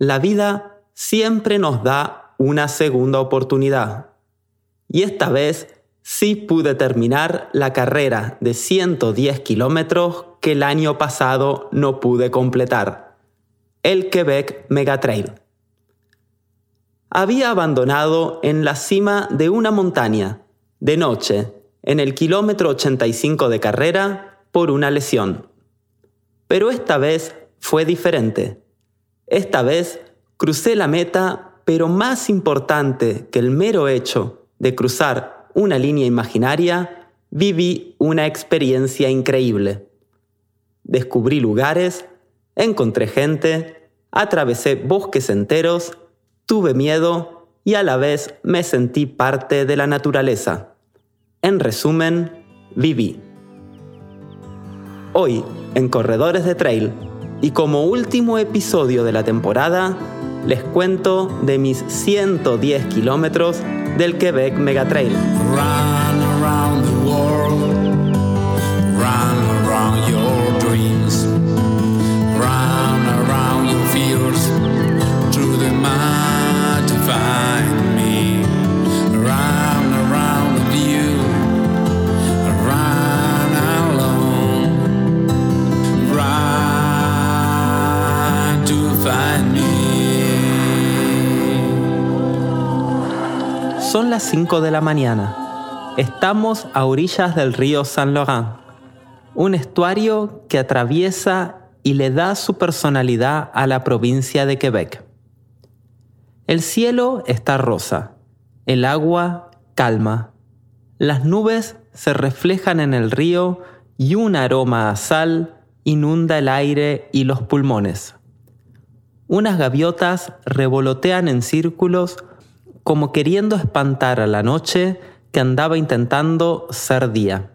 La vida siempre nos da una segunda oportunidad. Y esta vez sí pude terminar la carrera de 110 kilómetros que el año pasado no pude completar, el Quebec Megatrail. Había abandonado en la cima de una montaña, de noche, en el kilómetro 85 de carrera, por una lesión. Pero esta vez fue diferente. Esta vez crucé la meta, pero más importante que el mero hecho de cruzar una línea imaginaria, viví una experiencia increíble. Descubrí lugares, encontré gente, atravesé bosques enteros, tuve miedo y a la vez me sentí parte de la naturaleza. En resumen, viví. Hoy, en Corredores de Trail, y como último episodio de la temporada, les cuento de mis 110 kilómetros del Quebec Megatrail. Run around the world, run around your dreams, run around your fears, through the mud to find me, run around with you, run alone, run to find me. Son las 5 de la mañana. Estamos a orillas del río Saint Laurent, un estuario que atraviesa y le da su personalidad a la provincia de Quebec. El cielo está rosa, el agua calma, las nubes se reflejan en el río y un aroma a sal inunda el aire y los pulmones. Unas gaviotas revolotean en círculos como queriendo espantar a la noche que andaba intentando ser día.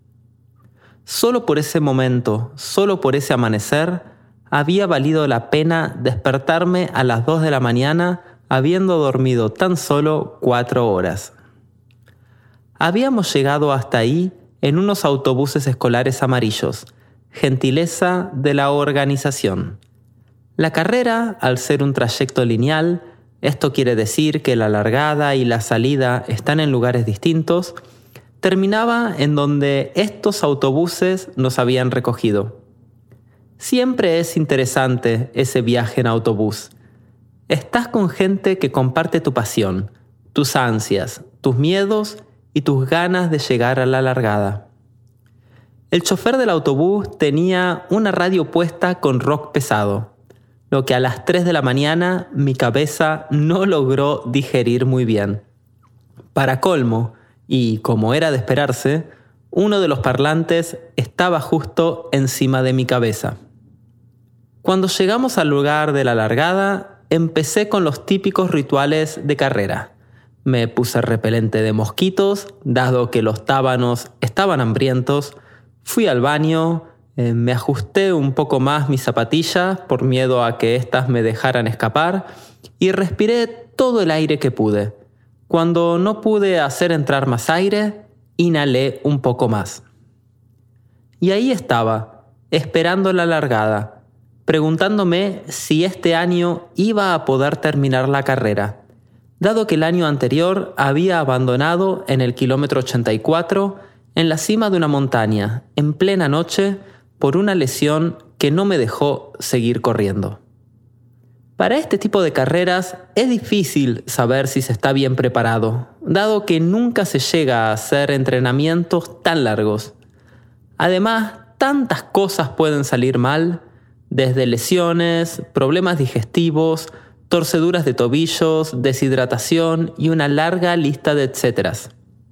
Solo por ese momento, solo por ese amanecer, había valido la pena despertarme a las 2 de la mañana habiendo dormido tan solo 4 horas. Habíamos llegado hasta ahí en unos autobuses escolares amarillos, gentileza de la organización. La carrera, al ser un trayecto lineal, esto quiere decir que la largada y la salida están en lugares distintos, terminaba en donde estos autobuses nos habían recogido. Siempre es interesante ese viaje en autobús. Estás con gente que comparte tu pasión, tus ansias, tus miedos y tus ganas de llegar a la largada. El chofer del autobús tenía una radio puesta con rock pesado, lo que a las 3 de la mañana mi cabeza no logró digerir muy bien. Para colmo, y como era de esperarse, uno de los parlantes estaba justo encima de mi cabeza. Cuando llegamos al lugar de la largada, empecé con los típicos rituales de carrera. Me puse repelente de mosquitos, dado que los tábanos estaban hambrientos, fui al baño, me ajusté un poco más mis zapatillas por miedo a que éstas me dejaran escapar y respiré todo el aire que pude. Cuando no pude hacer entrar más aire, inhalé un poco más. Y ahí estaba, esperando la largada, preguntándome si este año iba a poder terminar la carrera, dado que el año anterior había abandonado en el kilómetro 84 en la cima de una montaña, en plena noche, por una lesión que no me dejó seguir corriendo. Para este tipo de carreras es difícil saber si se está bien preparado, dado que nunca se llega a hacer entrenamientos tan largos. Además, tantas cosas pueden salir mal, desde lesiones, problemas digestivos, torceduras de tobillos, deshidratación y una larga lista de etcéteras.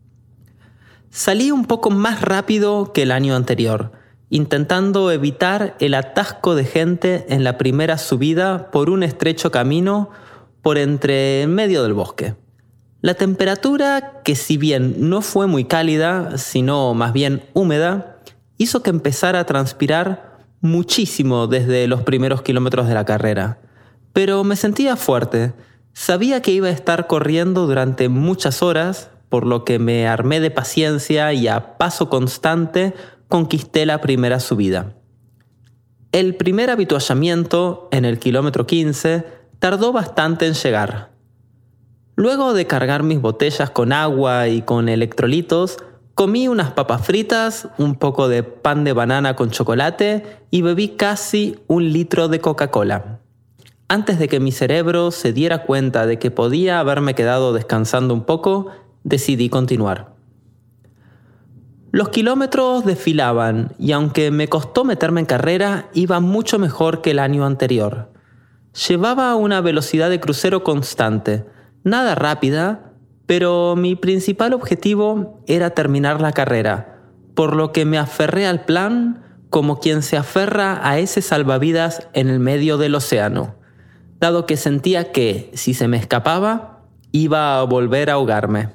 Salí un poco más rápido que el año anterior, intentando evitar el atasco de gente en la primera subida por un estrecho camino por entre en medio del bosque. La temperatura, que si bien no fue muy cálida, sino más bien húmeda, hizo que empezara a transpirar muchísimo desde los primeros kilómetros de la carrera. Pero me sentía fuerte. Sabía que iba a estar corriendo durante muchas horas, por lo que me armé de paciencia y a paso constante conquisté la primera subida. El primer avituallamiento, en el kilómetro 15, tardó bastante en llegar. Luego de cargar mis botellas con agua y con electrolitos, comí unas papas fritas, un poco de pan de banana con chocolate y bebí casi 1 litro de Coca-Cola. Antes de que mi cerebro se diera cuenta de que podía haberme quedado descansando un poco, decidí continuar. Los kilómetros desfilaban y aunque me costó meterme en carrera, iba mucho mejor que el año anterior. Llevaba una velocidad de crucero constante, nada rápida, pero mi principal objetivo era terminar la carrera, por lo que me aferré al plan como quien se aferra a ese salvavidas en el medio del océano, dado que sentía que, si se me escapaba, iba a volver a ahogarme.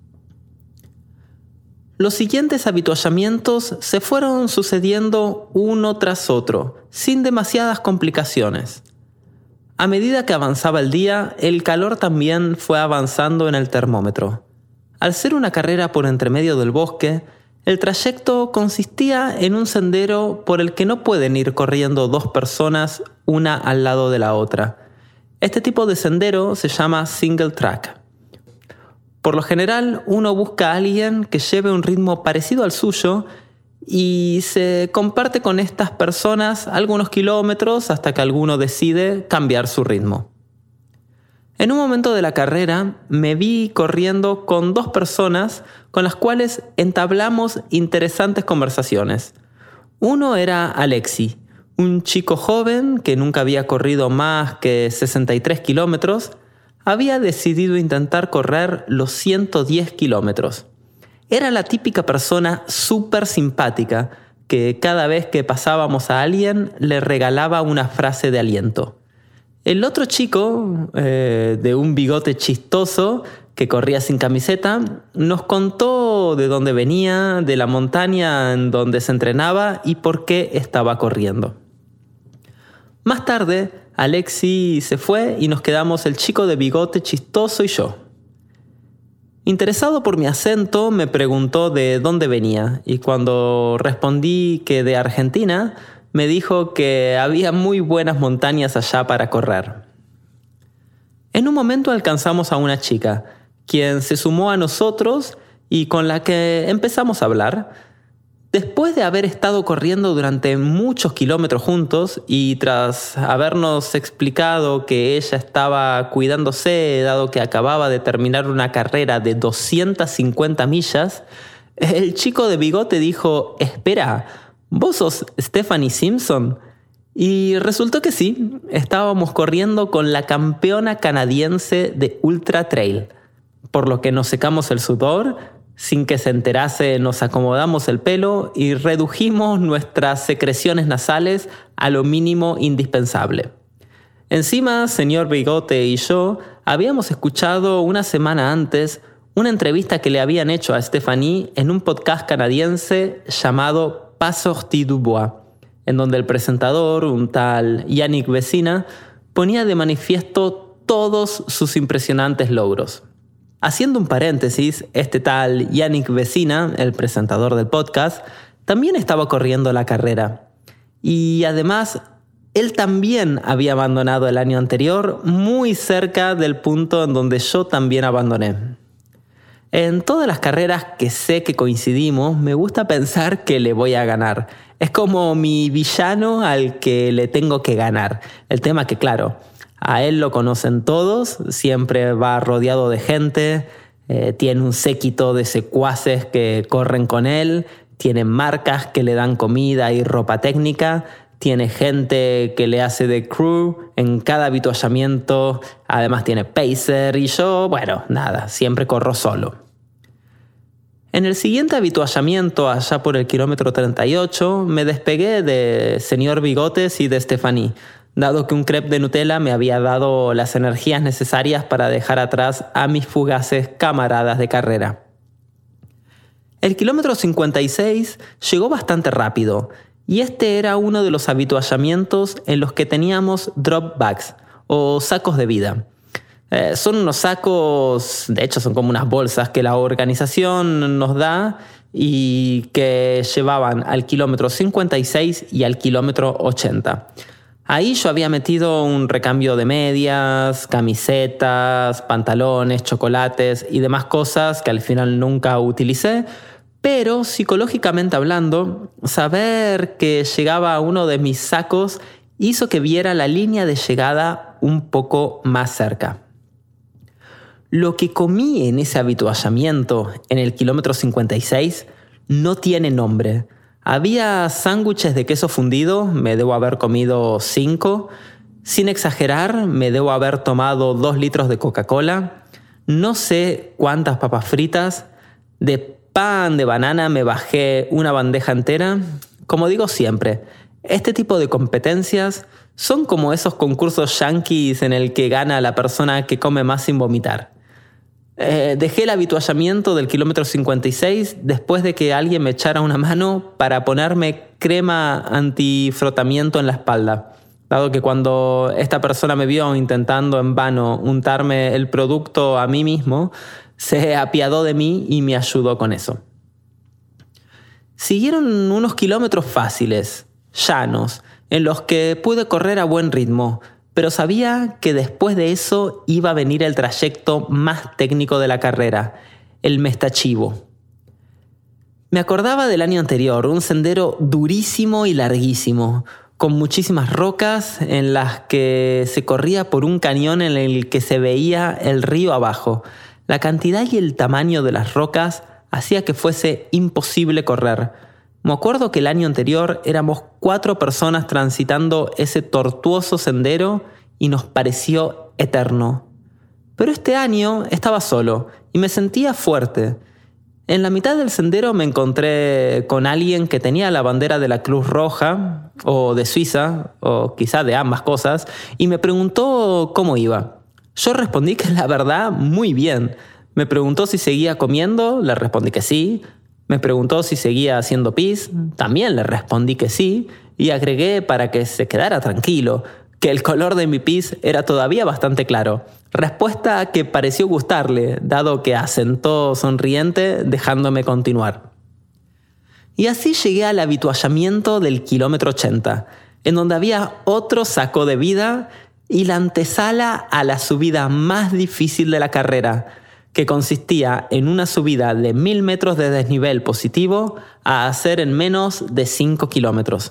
Los siguientes avituallamientos se fueron sucediendo uno tras otro, sin demasiadas complicaciones. A medida que avanzaba el día, el calor también fue avanzando en el termómetro. Al ser una carrera por entremedio del bosque, el trayecto consistía en un sendero por el que no pueden ir corriendo 2 personas una al lado de la otra. Este tipo de sendero se llama single track. Por lo general, uno busca a alguien que lleve un ritmo parecido al suyo y se comparte con estas personas algunos kilómetros hasta que alguno decide cambiar su ritmo. En un momento de la carrera me vi corriendo con 2 personas con las cuales entablamos interesantes conversaciones. Uno era Alexi, un chico joven que nunca había corrido más que 63 kilómetros, había decidido intentar correr los 110 kilómetros. Era la típica persona súper simpática que cada vez que pasábamos a alguien le regalaba una frase de aliento. El otro chico, de un bigote chistoso que corría sin camiseta, nos contó de dónde venía, de la montaña en donde se entrenaba y por qué estaba corriendo. Más tarde, Alexi se fue y nos quedamos el chico de bigote chistoso y yo. Interesado por mi acento, me preguntó de dónde venía y cuando respondí que de Argentina, me dijo que había muy buenas montañas allá para correr. En un momento alcanzamos a una chica, quien se sumó a nosotros y con la que empezamos a hablar. Después de haber estado corriendo durante muchos kilómetros juntos y tras habernos explicado que ella estaba cuidándose dado que acababa de terminar una carrera de 250 millas, el chico de bigote dijo: «Espera, ¿vos sos Stephanie Simpson?» Y resultó que sí, estábamos corriendo con la campeona canadiense de Ultra Trail, por lo que nos secamos el sudor. Sin que se enterase, nos acomodamos el pelo y redujimos nuestras secreciones nasales a lo mínimo indispensable. Encima, señor Bigote y yo habíamos escuchado una semana antes una entrevista que le habían hecho a Stephanie en un podcast canadiense llamado Pas sorti du bois, en donde el presentador, un tal Yannick Vecina, ponía de manifiesto todos sus impresionantes logros. Haciendo un paréntesis, este tal Yannick Vecina, el presentador del podcast, también estaba corriendo la carrera. Y además, él también había abandonado el año anterior, muy cerca del punto en donde yo también abandoné. En todas las carreras que sé que coincidimos, me gusta pensar que le voy a ganar. Es como mi villano al que le tengo que ganar. El tema que, claro, a él lo conocen todos, siempre va rodeado de gente, tiene un séquito de secuaces que corren con él, tiene marcas que le dan comida y ropa técnica, tiene gente que le hace de crew en cada avituallamiento, además tiene pacer y yo, bueno, nada, siempre corro solo. En el siguiente avituallamiento, allá por el kilómetro 38, me despegué de señor Bigotes y de Stephanie, dado que un crepe de Nutella me había dado las energías necesarias para dejar atrás a mis fugaces camaradas de carrera. El kilómetro 56 llegó bastante rápido, y este era uno de los avituallamientos en los que teníamos drop bags, o sacos de vida. Son unos sacos, de hecho son como unas bolsas que la organización nos da y que llevaban al kilómetro 56 y al kilómetro 80. Ahí yo había metido un recambio de medias, camisetas, pantalones, chocolates y demás cosas que al final nunca utilicé, pero psicológicamente hablando, saber que llegaba a uno de mis sacos hizo que viera la línea de llegada un poco más cerca. Lo que comí en ese avituallamiento en el kilómetro 56 no tiene nombre. Había sándwiches de queso fundido, me debo haber comido 5. Sin exagerar, me debo haber tomado 2 litros de Coca-Cola. No sé cuántas papas fritas. De pan de banana me bajé una bandeja entera. Como digo siempre, este tipo de competencias son como esos concursos yanquis en el que gana la persona que come más sin vomitar. Dejé el avituallamiento del kilómetro 56 después de que alguien me echara una mano para ponerme crema antifrotamiento en la espalda, dado que cuando esta persona me vio intentando en vano untarme el producto a mí mismo, se apiadó de mí y me ayudó con eso. Siguieron unos kilómetros fáciles, llanos, en los que pude correr a buen ritmo, pero sabía que después de eso iba a venir el trayecto más técnico de la carrera, el Mestachivo. Me acordaba del año anterior, un sendero durísimo y larguísimo, con muchísimas rocas en las que se corría por un cañón en el que se veía el río abajo. La cantidad y el tamaño de las rocas hacía que fuese imposible correr. Me acuerdo que el año anterior éramos 4 personas transitando ese tortuoso sendero y nos pareció eterno. Pero este año estaba solo y me sentía fuerte. En la mitad del sendero me encontré con alguien que tenía la bandera de la Cruz Roja, o de Suiza, o quizá de ambas cosas, y me preguntó cómo iba. Yo respondí que la verdad, muy bien. Me preguntó si seguía comiendo, le respondí que sí. Me preguntó si seguía haciendo pis, también le respondí que sí, y agregué para que se quedara tranquilo, que el color de mi pis era todavía bastante claro. Respuesta que pareció gustarle, dado que asentó sonriente, dejándome continuar. Y así llegué al avituallamiento del kilómetro 80, en donde había otro saco de vida y la antesala a la subida más difícil de la carrera, que consistía en una subida de 1000 metros de desnivel positivo a hacer en menos de 5 kilómetros.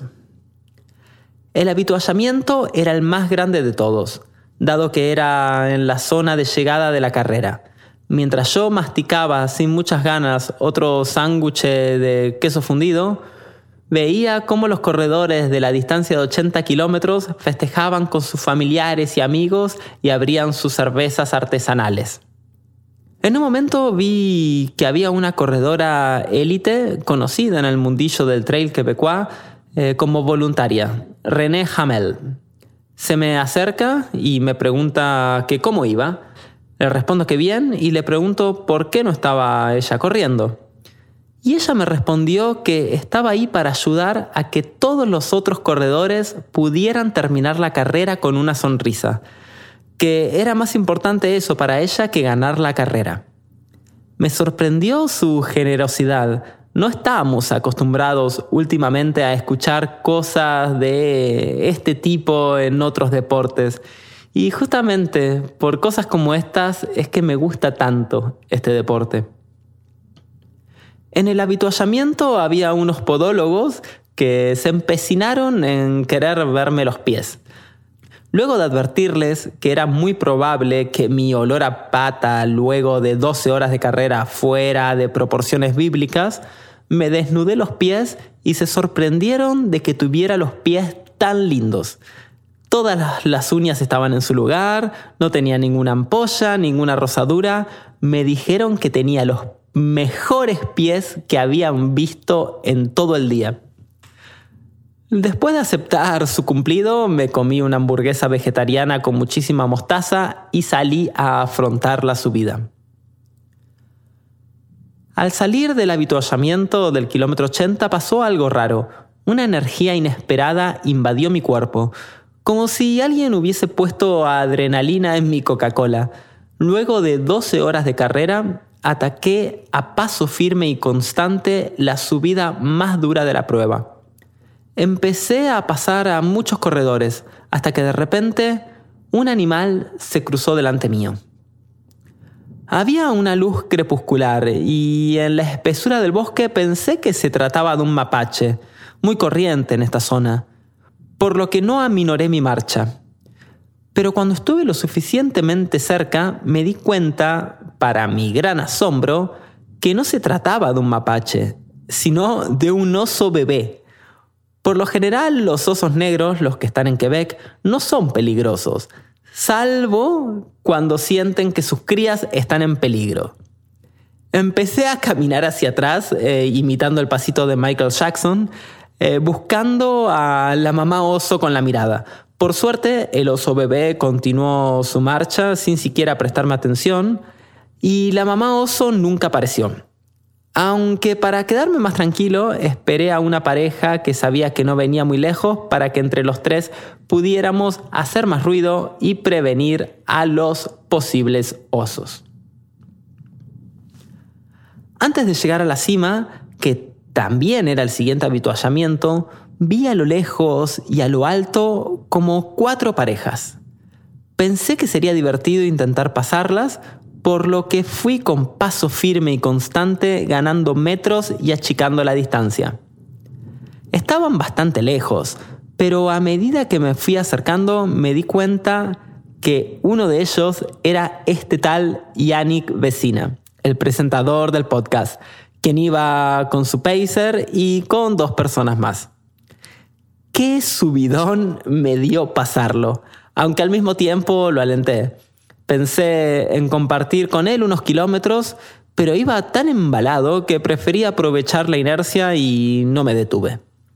El avituallamiento era el más grande de todos, dado que era en la zona de llegada de la carrera. Mientras yo masticaba sin muchas ganas otro sándwich de queso fundido, veía cómo los corredores de la distancia de 80 kilómetros festejaban con sus familiares y amigos y abrían sus cervezas artesanales. En un momento vi que había una corredora élite conocida en el mundillo del trail quebecois como voluntaria, René Hamel. Se me acerca y me pregunta que cómo iba. Le respondo que bien y le pregunto por qué no estaba ella corriendo. Y ella me respondió que estaba ahí para ayudar a que todos los otros corredores pudieran terminar la carrera con una sonrisa, que era más importante eso para ella que ganar la carrera. Me sorprendió su generosidad. No estábamos acostumbrados últimamente a escuchar cosas de este tipo en otros deportes. Y justamente por cosas como estas es que me gusta tanto este deporte. En el avituallamiento había unos podólogos que se empecinaron en querer verme los pies. Luego de advertirles que era muy probable que mi olor a pata luego de 12 horas de carrera fuera de proporciones bíblicas, me desnudé los pies y se sorprendieron de que tuviera los pies tan lindos. Todas las uñas estaban en su lugar, no tenía ninguna ampolla, ninguna rosadura. Me dijeron que tenía los mejores pies que habían visto en todo el día. Después de aceptar su cumplido, me comí una hamburguesa vegetariana con muchísima mostaza y salí a afrontar la subida. Al salir del avituallamiento del kilómetro 80 pasó algo raro. Una energía inesperada invadió mi cuerpo, como si alguien hubiese puesto adrenalina en mi Coca-Cola. Luego de 12 horas de carrera, ataqué a paso firme y constante la subida más dura de la prueba. Empecé a pasar a muchos corredores, hasta que de repente un animal se cruzó delante mío. Había una luz crepuscular y en la espesura del bosque pensé que se trataba de un mapache, muy corriente en esta zona, por lo que no aminoré mi marcha. Pero cuando estuve lo suficientemente cerca, me di cuenta, para mi gran asombro, que no se trataba de un mapache, sino de un oso bebé. Por lo general, los osos negros, los que están en Quebec, no son peligrosos, salvo cuando sienten que sus crías están en peligro. Empecé a caminar hacia atrás, imitando el pasito de Michael Jackson, buscando a la mamá oso con la mirada. Por suerte, el oso bebé continuó su marcha sin siquiera prestarme atención y la mamá oso nunca apareció. Aunque para quedarme más tranquilo, esperé a una pareja que sabía que no venía muy lejos para que entre los tres pudiéramos hacer más ruido y prevenir a los posibles osos. Antes de llegar a la cima, que también era el siguiente avituallamiento, vi a lo lejos y a lo alto como 4 parejas. Pensé que sería divertido intentar pasarlas, por lo que fui con paso firme y constante, ganando metros y achicando la distancia. Estaban bastante lejos, pero a medida que me fui acercando me di cuenta que uno de ellos era este tal Yannick Vecina, el presentador del podcast, quien iba con su pacer y con 2 personas más. ¡Qué subidón me dio pasarlo! Aunque al mismo tiempo lo alenté. Pensé en compartir con él unos kilómetros, pero iba tan embalado que preferí aprovechar la inercia y no me detuve.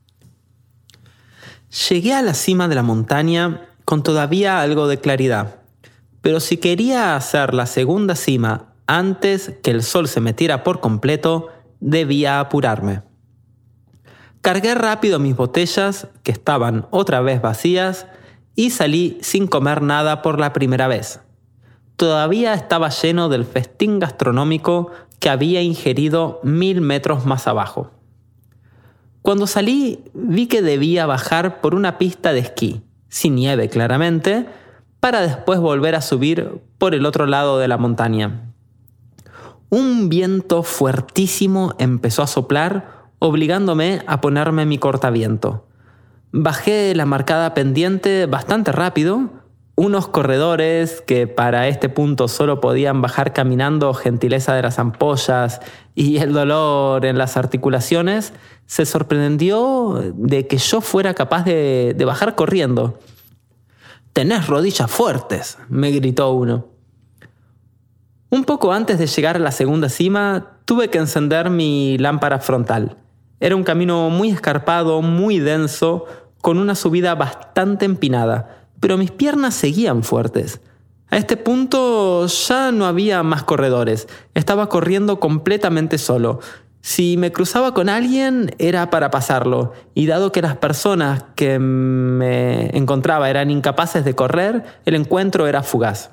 Llegué a la cima de la montaña con todavía algo de claridad, pero si quería hacer la segunda cima antes que el sol se metiera por completo, debía apurarme. Cargué rápido mis botellas, que estaban otra vez vacías, y salí sin comer nada por la primera vez. Todavía estaba lleno del festín gastronómico que había ingerido 1000 metros más abajo. Cuando salí, vi que debía bajar por una pista de esquí, sin nieve claramente, para después volver a subir por el otro lado de la montaña. Un viento fuertísimo empezó a soplar, obligándome a ponerme mi cortaviento. Bajé la marcada pendiente bastante rápido. Unos corredores que para este punto solo podían bajar caminando, gentileza de las ampollas y el dolor en las articulaciones, se sorprendió de que yo fuera capaz de bajar corriendo. «Tenés rodillas fuertes», me gritó uno. Un poco antes de llegar a la segunda cima, tuve que encender mi lámpara frontal. Era un camino muy escarpado, muy denso, con una subida bastante empinada, pero mis piernas seguían fuertes. A este punto ya no había más corredores. Estaba corriendo completamente solo. Si me cruzaba con alguien era para pasarlo, y dado que las personas que me encontraba eran incapaces de correr, el encuentro era fugaz.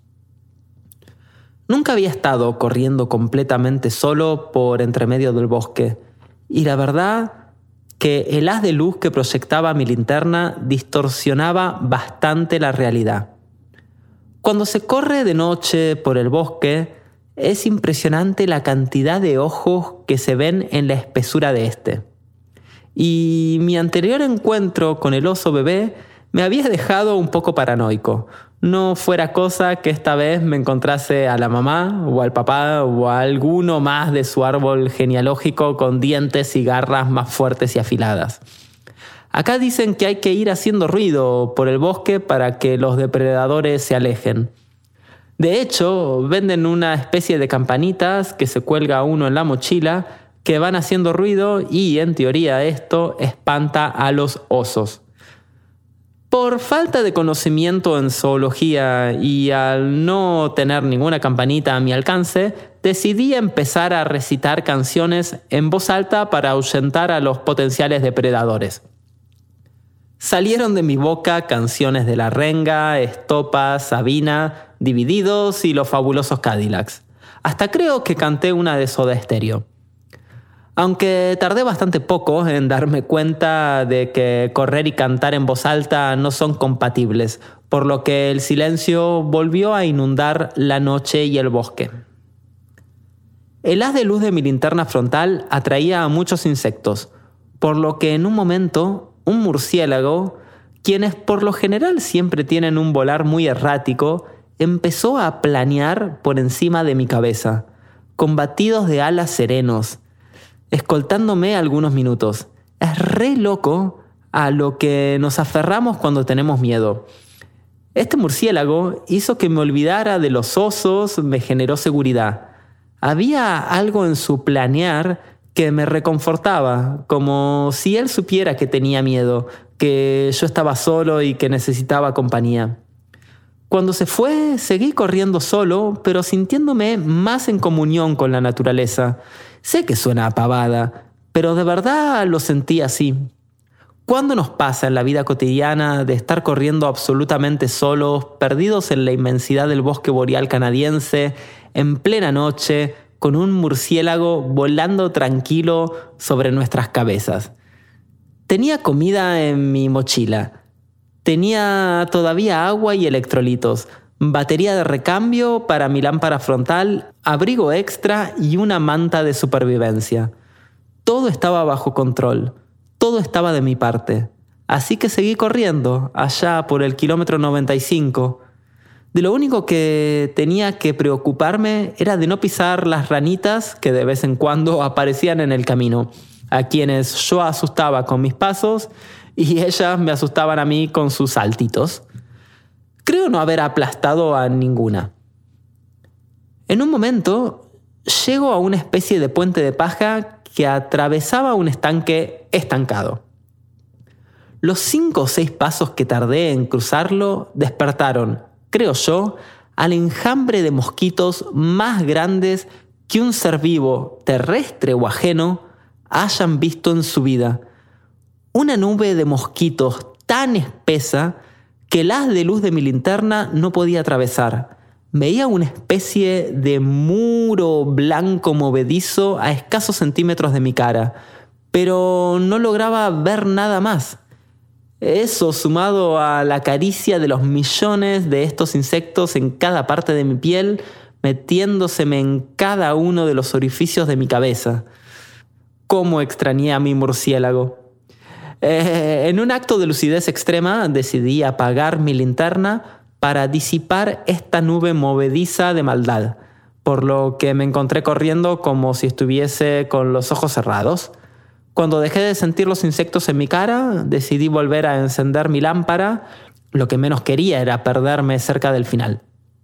Nunca había estado corriendo completamente solo por entre medio del bosque, y la verdad que el haz de luz que proyectaba mi linterna distorsionaba bastante la realidad. Cuando se corre de noche por el bosque, es impresionante la cantidad de ojos que se ven en la espesura de este. Y mi anterior encuentro con el oso bebé me había dejado un poco paranoico. No fuera cosa que esta vez me encontrase a la mamá o al papá o a alguno más de su árbol genealógico con dientes y garras más fuertes y afiladas. Acá dicen que hay que ir haciendo ruido por el bosque para que los depredadores se alejen. De hecho, venden una especie de campanitas que se cuelga uno en la mochila que van haciendo ruido y, en teoría, esto espanta a los osos. Por falta de conocimiento en zoología y al no tener ninguna campanita a mi alcance, decidí empezar a recitar canciones en voz alta para ahuyentar a los potenciales depredadores. Salieron de mi boca canciones de La Renga, Estopa, Sabina, Divididos y Los Fabulosos Cadillacs. Hasta creo que canté una de Soda Stereo. Aunque tardé bastante poco en darme cuenta de que correr y cantar en voz alta no son compatibles, por lo que el silencio volvió a inundar la noche y el bosque. El haz de luz de mi linterna frontal atraía a muchos insectos, por lo que en un momento un murciélago, quienes por lo general siempre tienen un volar muy errático, empezó a planear por encima de mi cabeza, con batidos de alas serenos, escoltándome algunos minutos. Es re loco a lo que nos aferramos cuando tenemos miedo. Este murciélago hizo que me olvidara de los osos, me generó seguridad. Había algo en su planear que me reconfortaba, como si él supiera que tenía miedo, que yo estaba solo y que necesitaba compañía. Cuando se fue, seguí corriendo solo, pero sintiéndome más en comunión con la naturaleza. Sé que suena a pavada, pero de verdad lo sentí así. ¿Cuándo nos pasa en la vida cotidiana de estar corriendo absolutamente solos, perdidos en la inmensidad del bosque boreal canadiense, en plena noche, con un murciélago volando tranquilo sobre nuestras cabezas? Tenía comida en mi mochila. Tenía todavía agua y electrolitos, batería de recambio para mi lámpara frontal, abrigo extra y una manta de supervivencia. Todo estaba bajo control, todo estaba de mi parte. Así que seguí corriendo, allá por el kilómetro 95. De lo único que tenía que preocuparme era de no pisar las ranitas que de vez en cuando aparecían en el camino, a quienes yo asustaba con mis pasos y ellas me asustaban a mí con sus saltitos. Creo no haber aplastado a ninguna. En un momento, llego a una especie de puente de paja que atravesaba un estanque estancado. Los 5 o 6 pasos que tardé en cruzarlo despertaron, creo yo, al enjambre de mosquitos más grandes que un ser vivo, terrestre o ajeno, hayan visto en su vida. Una nube de mosquitos tan espesa que el haz de luz de mi linterna no podía atravesar. Veía una especie de muro blanco movedizo a escasos centímetros de mi cara, pero no lograba ver nada más. Eso, sumado a la caricia de los millones de estos insectos en cada parte de mi piel, metiéndoseme en cada uno de los orificios de mi cabeza. Cómo extrañé a mi murciélago. En un acto de lucidez extrema decidí apagar mi linterna para disipar esta nube movediza de maldad, por lo que me encontré corriendo como si estuviese con los ojos cerrados. Cuando dejé de sentir los insectos en mi cara, decidí volver a encender mi lámpara. Lo que menos quería era perderme cerca del final.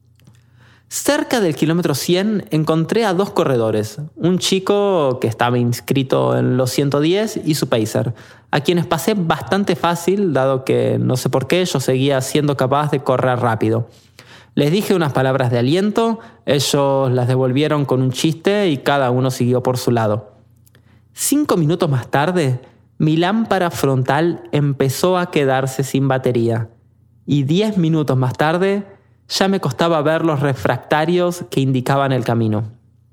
Cerca del kilómetro 100 encontré a 2 corredores, un chico que estaba inscrito en los 110 y su pacer, a quienes pasé bastante fácil, dado que no sé por qué yo seguía siendo capaz de correr rápido. Les dije unas palabras de aliento, ellos las devolvieron con un chiste y cada uno siguió por su lado. 5 minutos más tarde, mi lámpara frontal empezó a quedarse sin batería y 10 minutos más tarde ya me costaba ver los refractarios que indicaban el camino.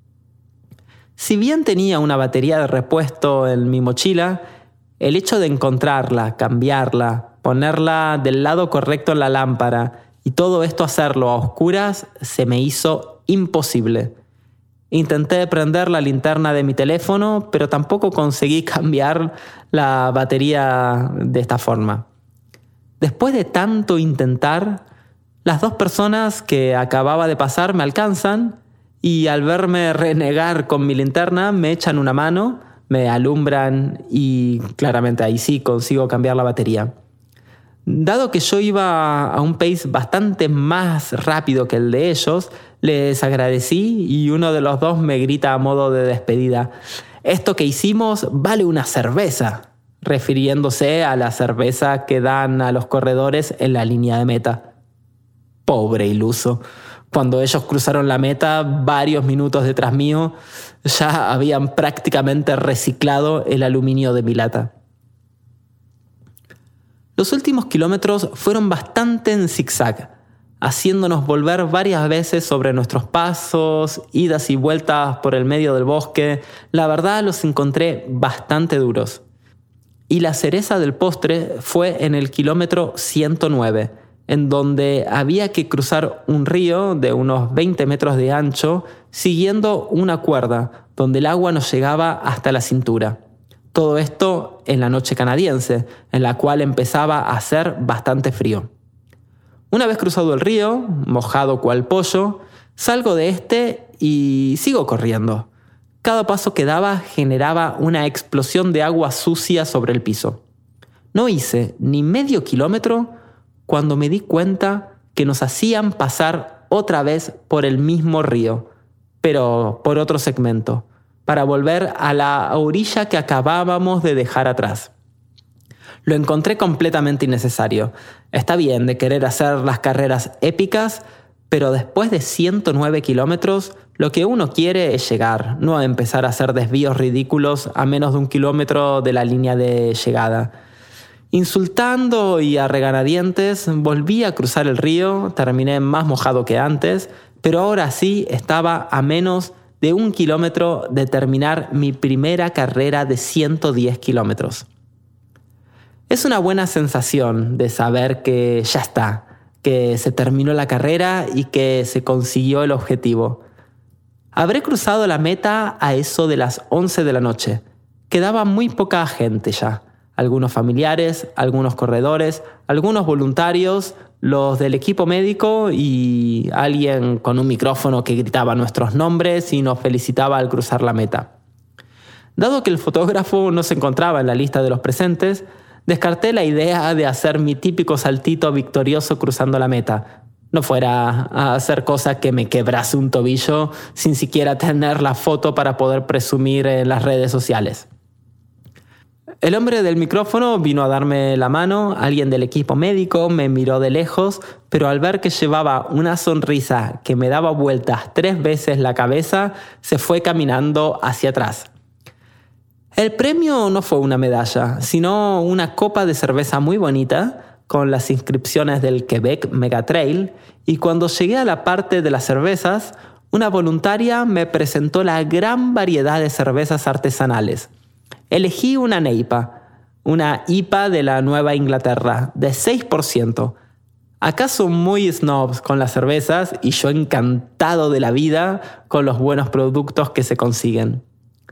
Si bien tenía una batería de repuesto en mi mochila, el hecho de encontrarla, cambiarla, ponerla del lado correcto en la lámpara y todo esto hacerlo a oscuras se me hizo imposible. Intenté prender la linterna de mi teléfono, pero tampoco conseguí cambiar la batería de esta forma. Después de tanto intentar, las 2 personas que acababa de pasar me alcanzan y al verme renegar con mi linterna me echan una mano, me alumbran y claramente ahí sí consigo cambiar la batería. Dado que yo iba a un pace bastante más rápido que el de ellos, les agradecí y uno de los 2 me grita a modo de despedida: «Esto que hicimos vale una cerveza», refiriéndose a la cerveza que dan a los corredores en la línea de meta. Pobre iluso. Cuando ellos cruzaron la meta, varios minutos detrás mío, ya habían prácticamente reciclado el aluminio de mi lata. Los últimos kilómetros fueron bastante en zigzag. haciéndonos volver varias veces sobre nuestros pasos, idas y vueltas por el medio del bosque. La verdad los encontré bastante duros. Y la cereza del postre fue en el kilómetro 109, en donde había que cruzar un río de unos 20 metros de ancho, siguiendo una cuerda, donde el agua nos llegaba hasta la cintura. Todo esto en la noche canadiense, en la cual empezaba a hacer bastante frío. Una vez cruzado el río, mojado cual pollo, salgo de este y sigo corriendo. Cada paso que daba generaba una explosión de agua sucia sobre el piso. No hice ni medio kilómetro cuando me di cuenta que nos hacían pasar otra vez por el mismo río, pero por otro segmento, para volver a la orilla que acabábamos de dejar atrás. Lo encontré completamente innecesario. Está bien de querer hacer las carreras épicas, pero después de 109 kilómetros, lo que uno quiere es llegar, no empezar a hacer desvíos ridículos a menos de 1 kilómetro de la línea de llegada. Insultando y a regañadientes, volví a cruzar el río, terminé más mojado que antes, pero ahora sí estaba a menos de 1 kilómetro de terminar mi primera carrera de 110 kilómetros. Es una buena sensación de saber que ya está, que se terminó la carrera y que se consiguió el objetivo. Habré cruzado la meta a eso de las 11 de la noche. Quedaba muy poca gente ya. Algunos familiares, algunos corredores, algunos voluntarios, los del equipo médico y alguien con un micrófono que gritaba nuestros nombres y nos felicitaba al cruzar la meta. Dado que el fotógrafo no se encontraba en la lista de los presentes, descarté la idea de hacer mi típico saltito victorioso cruzando la meta. No fuera a hacer cosa que me quebrase un tobillo sin siquiera tener la foto para poder presumir en las redes sociales. El hombre del micrófono vino a darme la mano, alguien del equipo médico me miró de lejos, pero al ver que llevaba una sonrisa que me daba vueltas 3 veces la cabeza, se fue caminando hacia atrás. El premio no fue una medalla, sino una copa de cerveza muy bonita, con las inscripciones del Quebec Mega Trail, y cuando llegué a la parte de las cervezas, una voluntaria me presentó la gran variedad de cervezas artesanales. Elegí una Neipa, una IPA de la Nueva Inglaterra, de 6%. Acá son muy snobs con las cervezas y yo encantado de la vida con los buenos productos que se consiguen.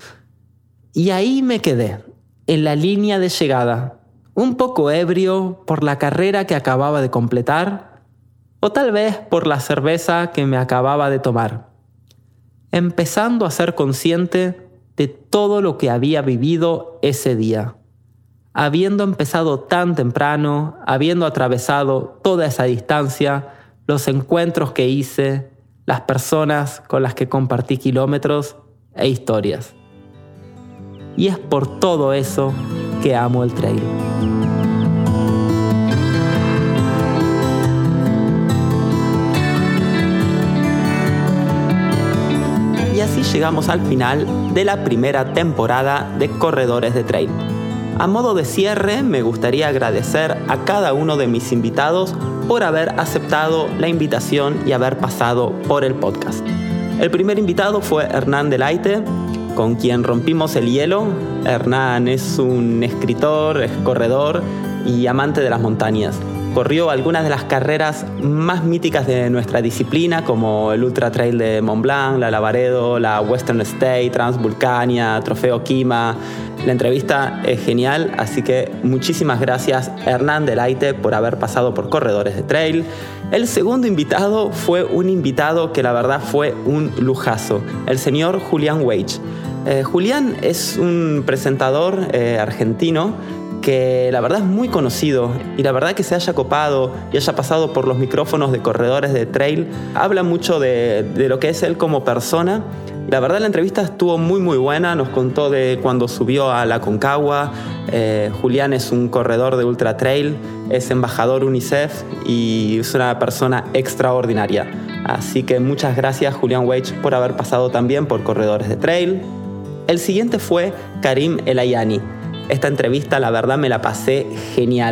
Y ahí me quedé, en la línea de llegada, un poco ebrio por la carrera que acababa de completar, o tal vez por la cerveza que me acababa de tomar, empezando a ser consciente de todo lo que había vivido ese día. Habiendo empezado tan temprano, habiendo atravesado toda esa distancia, los encuentros que hice, las personas con las que compartí kilómetros e historias. Y es por todo eso que amo el trail. Y así llegamos al final de la primera temporada de Corredores de Trail. A modo de cierre, me gustaría agradecer a cada uno de mis invitados por haber aceptado la invitación y haber pasado por el podcast. El primer invitado fue Hernán Delaite, con quien rompimos el hielo. Hernán es un escritor, es corredor y amante de las montañas. Corrió algunas de las carreras más míticas de nuestra disciplina, como el Ultra Trail de Mont Blanc, la Lavaredo, la Western State, Transvulcania, Trofeo Kima. La entrevista es genial, así que muchísimas gracias Hernán Delaite por haber pasado por Corredores de Trail. El segundo invitado fue un invitado que la verdad fue un lujazo, el señor Julián Weich. Julián es un presentador argentino que la verdad es muy conocido, y la verdad que se haya copado y haya pasado por los micrófonos de Corredores de Trail habla mucho de lo que es él como persona. La verdad la entrevista estuvo muy buena, nos contó de cuando subió a la Aconcagua. Julián es un corredor de Ultra Trail, es embajador UNICEF y es una persona extraordinaria. Así que muchas gracias Julián Weich por haber pasado también por Corredores de Trail. El siguiente fue Karim El Ayani. Esta entrevista la verdad me la pasé genial.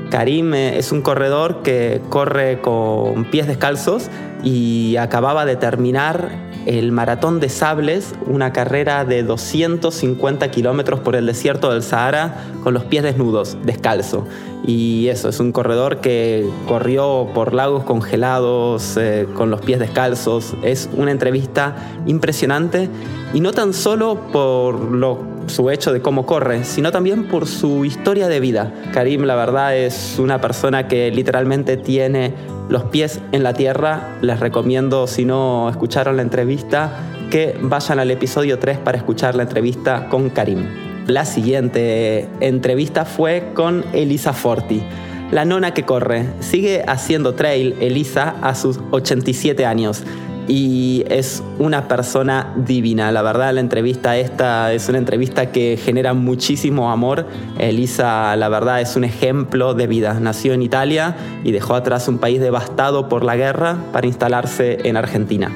Karim es un corredor que corre con pies descalzos y acababa de terminar el Maratón de Sables, una carrera de 250 kilómetros por el desierto del Sahara con los pies desnudos, descalzo. Y eso, es un corredor que corrió por lagos congelados, con los pies descalzos. Es una entrevista impresionante, y no tan solo por su hecho de cómo corre, sino también por su historia de vida. Karim, la verdad, es una persona que literalmente tiene los pies en la tierra. Les recomiendo, si no escucharon la entrevista, que vayan al episodio 3 para escuchar la entrevista con Karim. La siguiente entrevista fue con Elisa Forti, la nona que corre. Sigue haciendo trail Elisa a sus 87 años. Y es una persona divina. La verdad, la entrevista esta es una entrevista que genera muchísimo amor. Elisa, la verdad, es un ejemplo de vida. Nació en Italia y dejó atrás un país devastado por la guerra para instalarse en Argentina.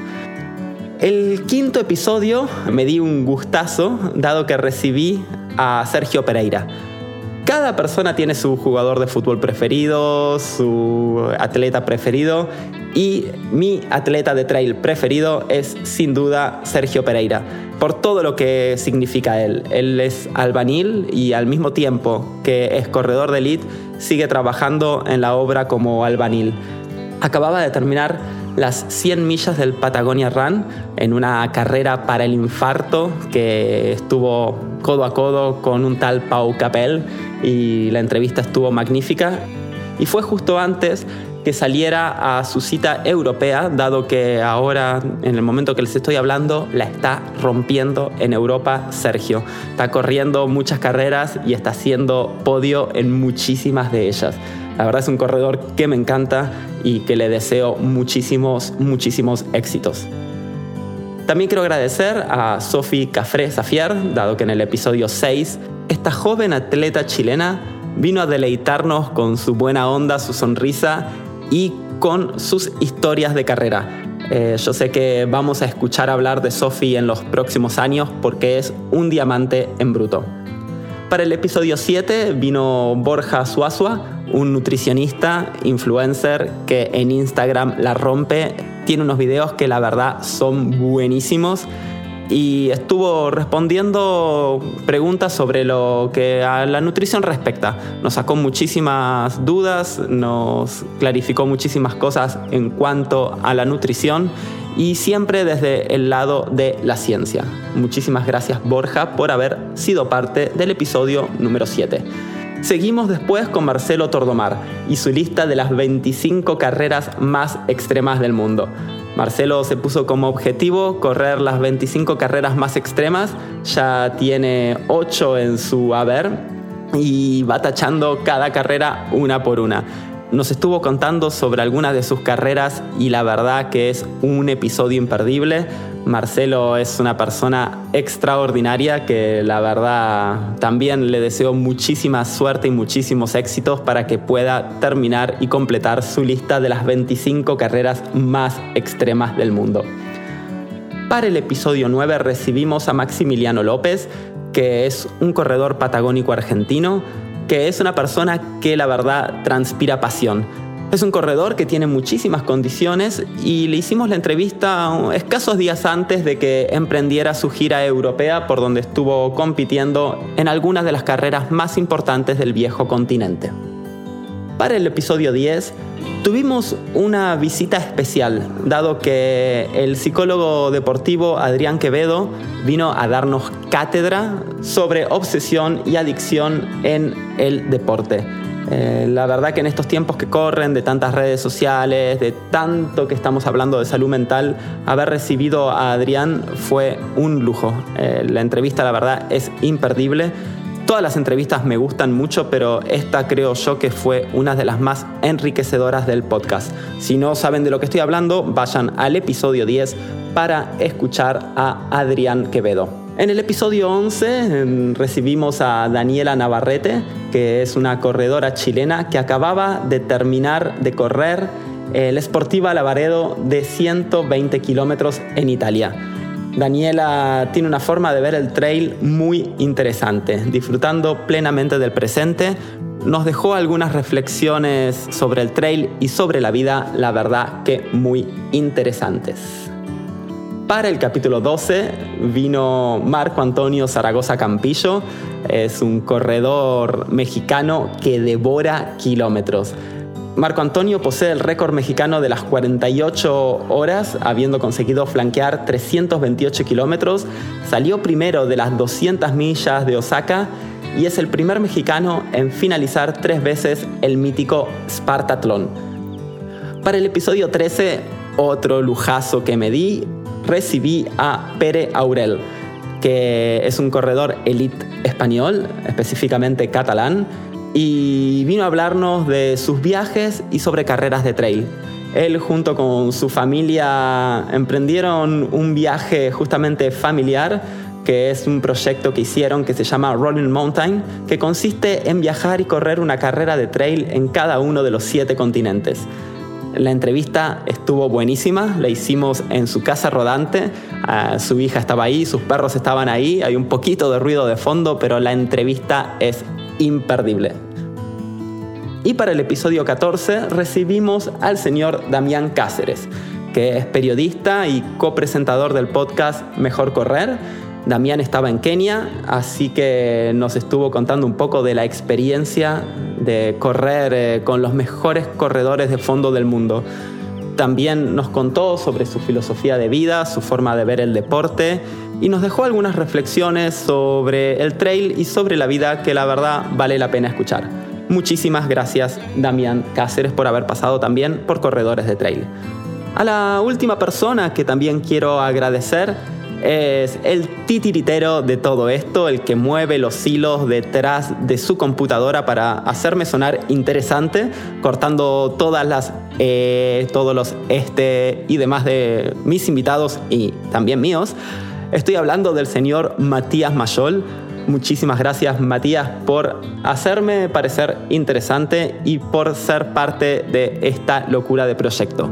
El quinto episodio me di un gustazo, dado que recibí a Sergio Pereira. Cada persona tiene su jugador de fútbol preferido, su atleta preferido, y mi atleta de trail preferido es sin duda Sergio Pereira, por todo lo que significa él. Él es albañil y al mismo tiempo que es corredor de elite, sigue trabajando en la obra como albañil. Acababa de terminar las 100 millas del Patagonia Run en una carrera para el infarto que estuvo codo a codo con un tal Pau Capel, y la entrevista estuvo magnífica. Y fue justo antes que saliera a su cita europea, dado que ahora, en el momento que les estoy hablando, la está rompiendo en Europa Sergio. Está corriendo muchas carreras y está haciendo podio en muchísimas de ellas. La verdad es un corredor que me encanta y que le deseo muchísimos éxitos. También quiero agradecer a Sophie Cafré-Safier, dado que en el episodio 6, esta joven atleta chilena vino a deleitarnos con su buena onda, su sonrisa y con sus historias de carrera. Yo sé que vamos a escuchar hablar de Sophie en los próximos años porque es un diamante en bruto. Para el episodio 7 vino Borja Suazua, un nutricionista, influencer que en Instagram la rompe. Tiene unos videos que la verdad son buenísimos y estuvo respondiendo preguntas sobre lo que a la nutrición respecta. Nos sacó muchísimas dudas, nos clarificó muchísimas cosas en cuanto a la nutrición y siempre desde el lado de la ciencia. Muchísimas gracias, Borja, por haber sido parte del episodio número 7. Seguimos después con Marcelo Tordomar y su lista de las 25 carreras más extremas del mundo. Marcelo se puso como objetivo correr las 25 carreras más extremas, ya tiene 8 en su haber y va tachando cada carrera una por una. Nos estuvo contando sobre algunas de sus carreras y la verdad que es un episodio imperdible. Marcelo es una persona extraordinaria que la verdad también le deseo muchísima suerte y muchísimos éxitos para que pueda terminar y completar su lista de las 25 carreras más extremas del mundo. Para el episodio 9 recibimos a Maximiliano López, que es un corredor patagónico argentino, que es una persona que la verdad transpira pasión. Es un corredor que tiene muchísimas condiciones y le hicimos la entrevista escasos días antes de que emprendiera su gira europea, por donde estuvo compitiendo en algunas de las carreras más importantes del viejo continente. Para el episodio 10 tuvimos una visita especial, dado que el psicólogo deportivo Adrián Quevedo vino a darnos cátedra sobre obsesión y adicción en el deporte. La verdad que en estos tiempos que corren, de tantas redes sociales, de tanto que estamos hablando de salud mental, haber recibido a Adrián fue un lujo. La entrevista, la verdad, es imperdible. Todas las entrevistas me gustan mucho, pero esta creo yo que fue una de las más enriquecedoras del podcast. Si no saben de lo que estoy hablando, vayan al episodio 10 para escuchar a Adrián Quevedo. En el episodio 11 recibimos a Daniela Navarrete, que es una corredora chilena que acababa de terminar de correr la Sportiva Lavaredo de 120 kilómetros en Italia. Daniela tiene una forma de ver el trail muy interesante, disfrutando plenamente del presente, nos dejó algunas reflexiones sobre el trail y sobre la vida, la verdad que muy interesantes. Para el capítulo 12 vino Marco Antonio Zaragoza Campillo. Es un corredor mexicano que devora kilómetros. Marco Antonio posee el récord mexicano de las 48 horas, habiendo conseguido flanquear 328 kilómetros. Salió primero de las 200 millas de Osaka y es el primer mexicano en finalizar 3 veces el mítico Spartathlon. Para el episodio 13, otro lujazo que me di, recibí a Pere Aurel, que es un corredor elite español, específicamente catalán, y vino a hablarnos de sus viajes y sobre carreras de trail. Él junto con su familia emprendieron un viaje justamente familiar, que es un proyecto que hicieron que se llama Rolling Mountain, que consiste en viajar y correr una carrera de trail en cada uno de los 7 continentes. La entrevista estuvo buenísima, la hicimos en su casa rodante, su hija estaba ahí, sus perros estaban ahí, hay un poquito de ruido de fondo, pero la entrevista es imperdible. Y para el episodio 14 recibimos al señor Damián Cáceres, que es periodista y copresentador del podcast Mejor Correr. Damián estaba en Kenia, así que nos estuvo contando un poco de la experiencia de correr con los mejores corredores de fondo del mundo. También nos contó sobre su filosofía de vida, su forma de ver el deporte y nos dejó algunas reflexiones sobre el trail y sobre la vida que la verdad vale la pena escuchar. Muchísimas gracias, Damián Cáceres, por haber pasado también por Corredores de Trail. A la última persona que también quiero agradecer es el titiritero de todo esto, el que mueve los hilos detrás de su computadora para hacerme sonar interesante, cortando todos los y demás de mis invitados y también míos. Estoy hablando del señor Matías Mayol. Muchísimas gracias, Matías, por hacerme parecer interesante y por ser parte de esta locura de proyecto.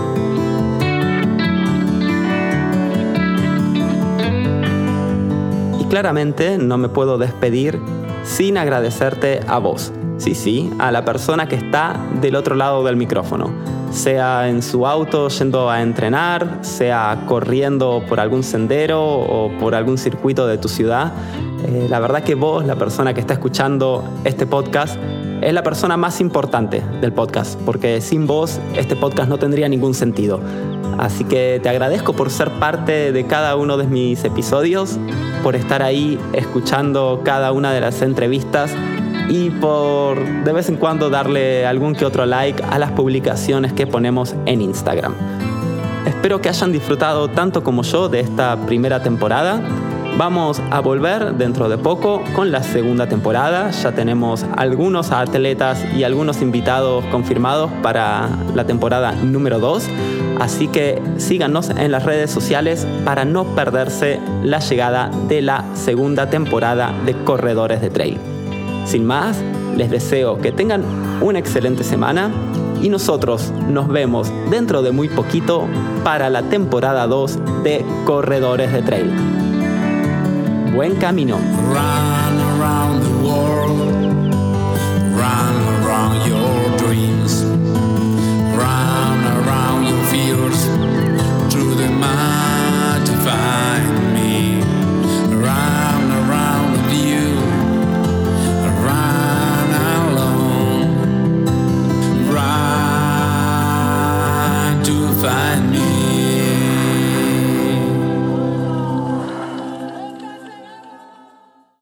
Claramente no me puedo despedir sin agradecerte a vos. Sí, a la persona que está del otro lado del micrófono. Sea en su auto yendo a entrenar, sea corriendo por algún sendero o por algún circuito de tu ciudad. La verdad que vos, la persona que está escuchando este podcast, es la persona más importante del podcast, porque sin vos este podcast no tendría ningún sentido. Así que te agradezco por ser parte de cada uno de mis episodios, por estar ahí escuchando cada una de las entrevistas y por de vez en cuando darle algún que otro like a las publicaciones que ponemos en Instagram. Espero que hayan disfrutado tanto como yo de esta primera temporada. Vamos a volver dentro de poco con la segunda temporada. Ya tenemos algunos atletas y algunos invitados confirmados para la temporada número 2. Así que síganos en las redes sociales para no perderse la llegada de la segunda temporada de Corredores de Trail. Sin más, les deseo que tengan una excelente semana y nosotros nos vemos dentro de muy poquito para la temporada 2 de Corredores de Trail. Buen camino. Run around the world, run